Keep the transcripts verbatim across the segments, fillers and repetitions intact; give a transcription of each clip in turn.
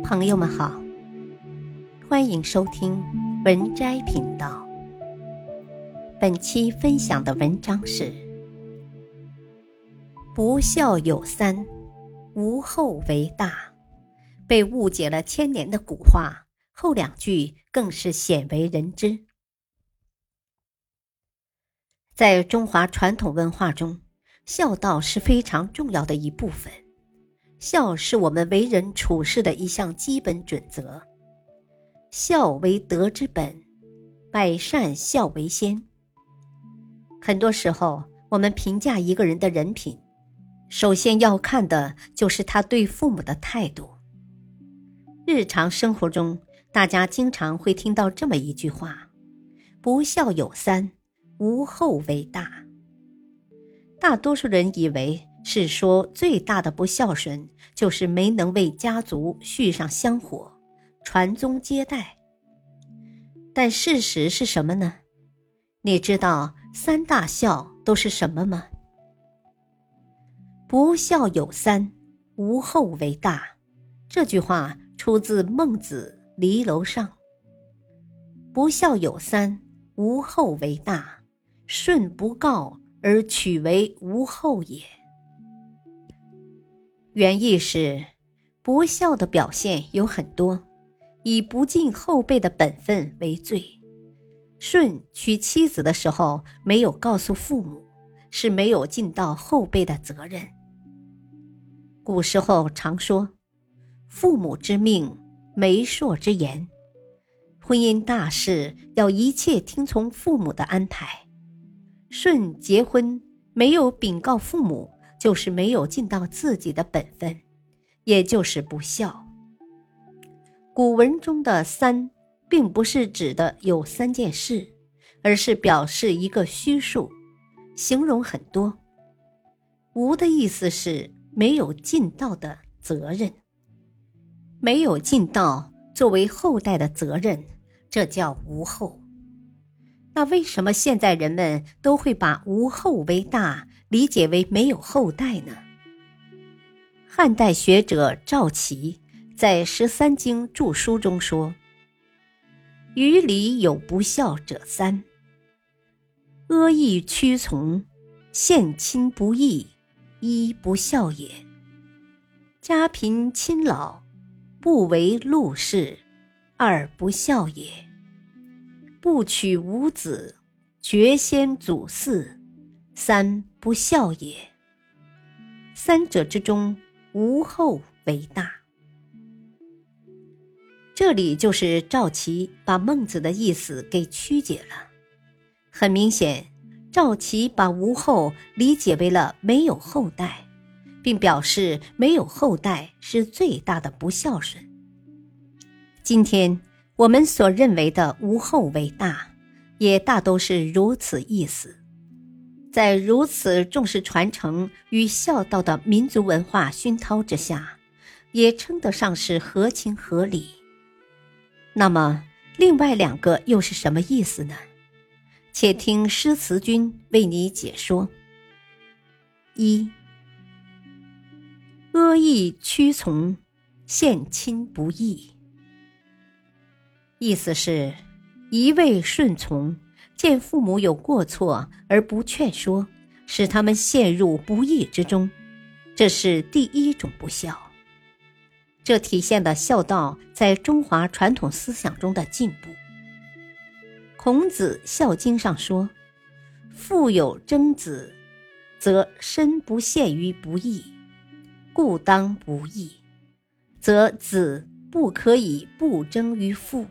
朋友们好，欢迎收听文摘频道。本期分享的文章是不孝有三，无后为大。被误解了千年的古话，后两句更是鲜为人知。在中华传统文化中，孝道是非常重要的一部分。孝是我们为人处事的一项基本准则。孝为德之本，百善孝为先。很多时候，我们评价一个人的人品，首先要看的就是他对父母的态度。日常生活中，大家经常会听到这么一句话：不孝有三，无后为大。大多数人以为是说最大的不孝顺就是没能为家族续上香火，传宗接代。但事实是什么呢？你知道三大孝都是什么吗？不孝有三，无后为大。这句话出自孟子《离楼上》。不孝有三，无后为大，顺不告而取为无后也。原意是，不孝的表现有很多，以不尽后辈的本分为罪。舜娶妻子的时候没有告诉父母，是没有尽到后辈的责任。古时候常说，父母之命，媒妁之言。婚姻大事要一切听从父母的安排。舜结婚没有禀告父母，就是没有尽到自己的本分，也就是不孝。古文中的三，并不是指的有三件事，而是表示一个虚数，形容很多。无的意思是没有尽到的责任，没有尽到作为后代的责任，这叫无后。那为什么现在人们都会把无后为大理解为没有后代呢？汉代学者赵岐在《十三经注疏》中说，于礼有不孝者三：阿谀屈从，献亲不义，一不孝也；家贫亲老，不为禄事，二不孝也；不娶五子，绝先祖嗣，三不孝也。三者之中，无后为大。这里就是赵岐把孟子的意思给曲解了。很明显，赵岐把无后理解为了没有后代，并表示没有后代是最大的不孝顺。今天我们所认为的无后为大，也大都是如此意思。在如此重视传承与孝道的民族文化熏陶之下，也称得上是合情合理。那么另外两个又是什么意思呢？且听诗词君为你解说。一，阿谀屈从，献亲不义。意思是，一味顺从，见父母有过错而不劝说，使他们陷入不义之中，这是第一种不孝。这体现了孝道在中华传统思想中的进步。孔子《孝经》上说，父有争子，则身不陷于不义，故当不义，则子不可以不争于父。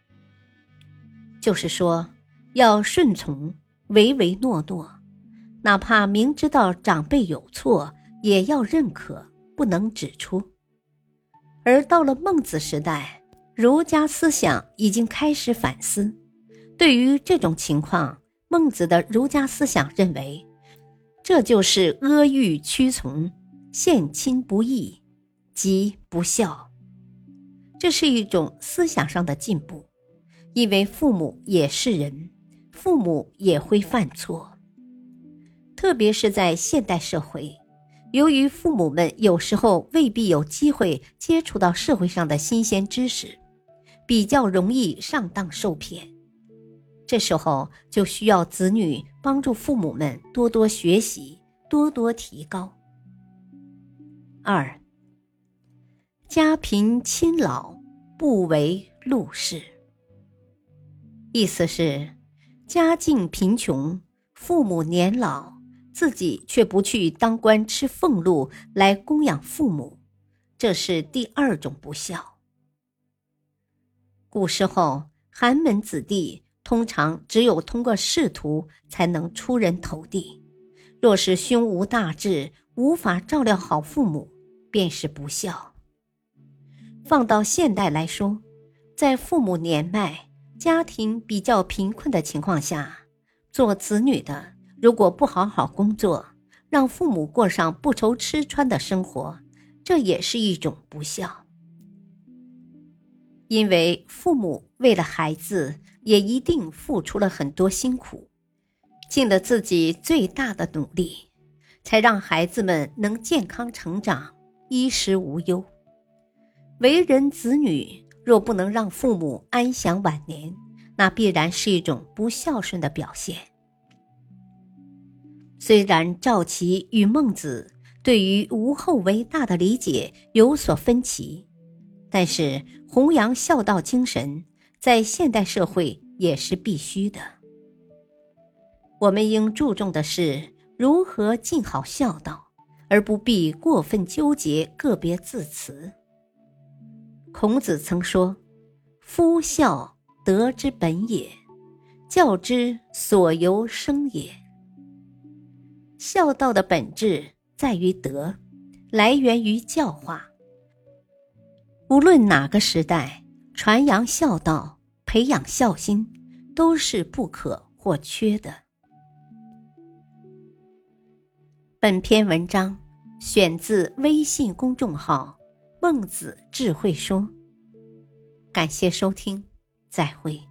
就是说，要顺从，唯唯诺诺，哪怕明知道长辈有错，也要认可，不能指出。而到了孟子时代，儒家思想已经开始反思。对于这种情况，孟子的儒家思想认为，这就是阿谀屈从，献亲不义，即不孝。这是一种思想上的进步，因为父母也是人，父母也会犯错。特别是在现代社会， 由于父母们有时候未必有机会接触到社会上的新鲜知识，比较容易上当受骗。这时候就需要子女帮助父母们多多学习，多多提高。二，家贫亲老，不为禄事。意思是，家境贫穷，父母年老，自己却不去当官吃俸禄来供养父母，这是第二种不孝。古时候，寒门子弟通常只有通过仕途才能出人头地，若是胸无大志，无法照料好父母，便是不孝。放到现代来说，在父母年迈、家庭比较贫困的情况下，做子女的如果不好好工作，让父母过上不愁吃穿的生活，这也是一种不孝。因为父母为了孩子也一定付出了很多辛苦，尽了自己最大的努力，才让孩子们能健康成长，衣食无忧。为人子女若不能让父母安享晚年，那必然是一种不孝顺的表现。虽然赵岐与孟子对于无后为大的理解有所分歧，但是弘扬孝道精神在现代社会也是必须的。我们应注重的是如何尽好孝道，而不必过分纠结个别字词。孔子曾说：夫孝，德之本也，教之所由生也。孝道的本质在于德，来源于教化。无论哪个时代，传扬孝道，培养孝心，都是不可或缺的。本篇文章选自微信公众号孟子智慧说，感谢收听，再会。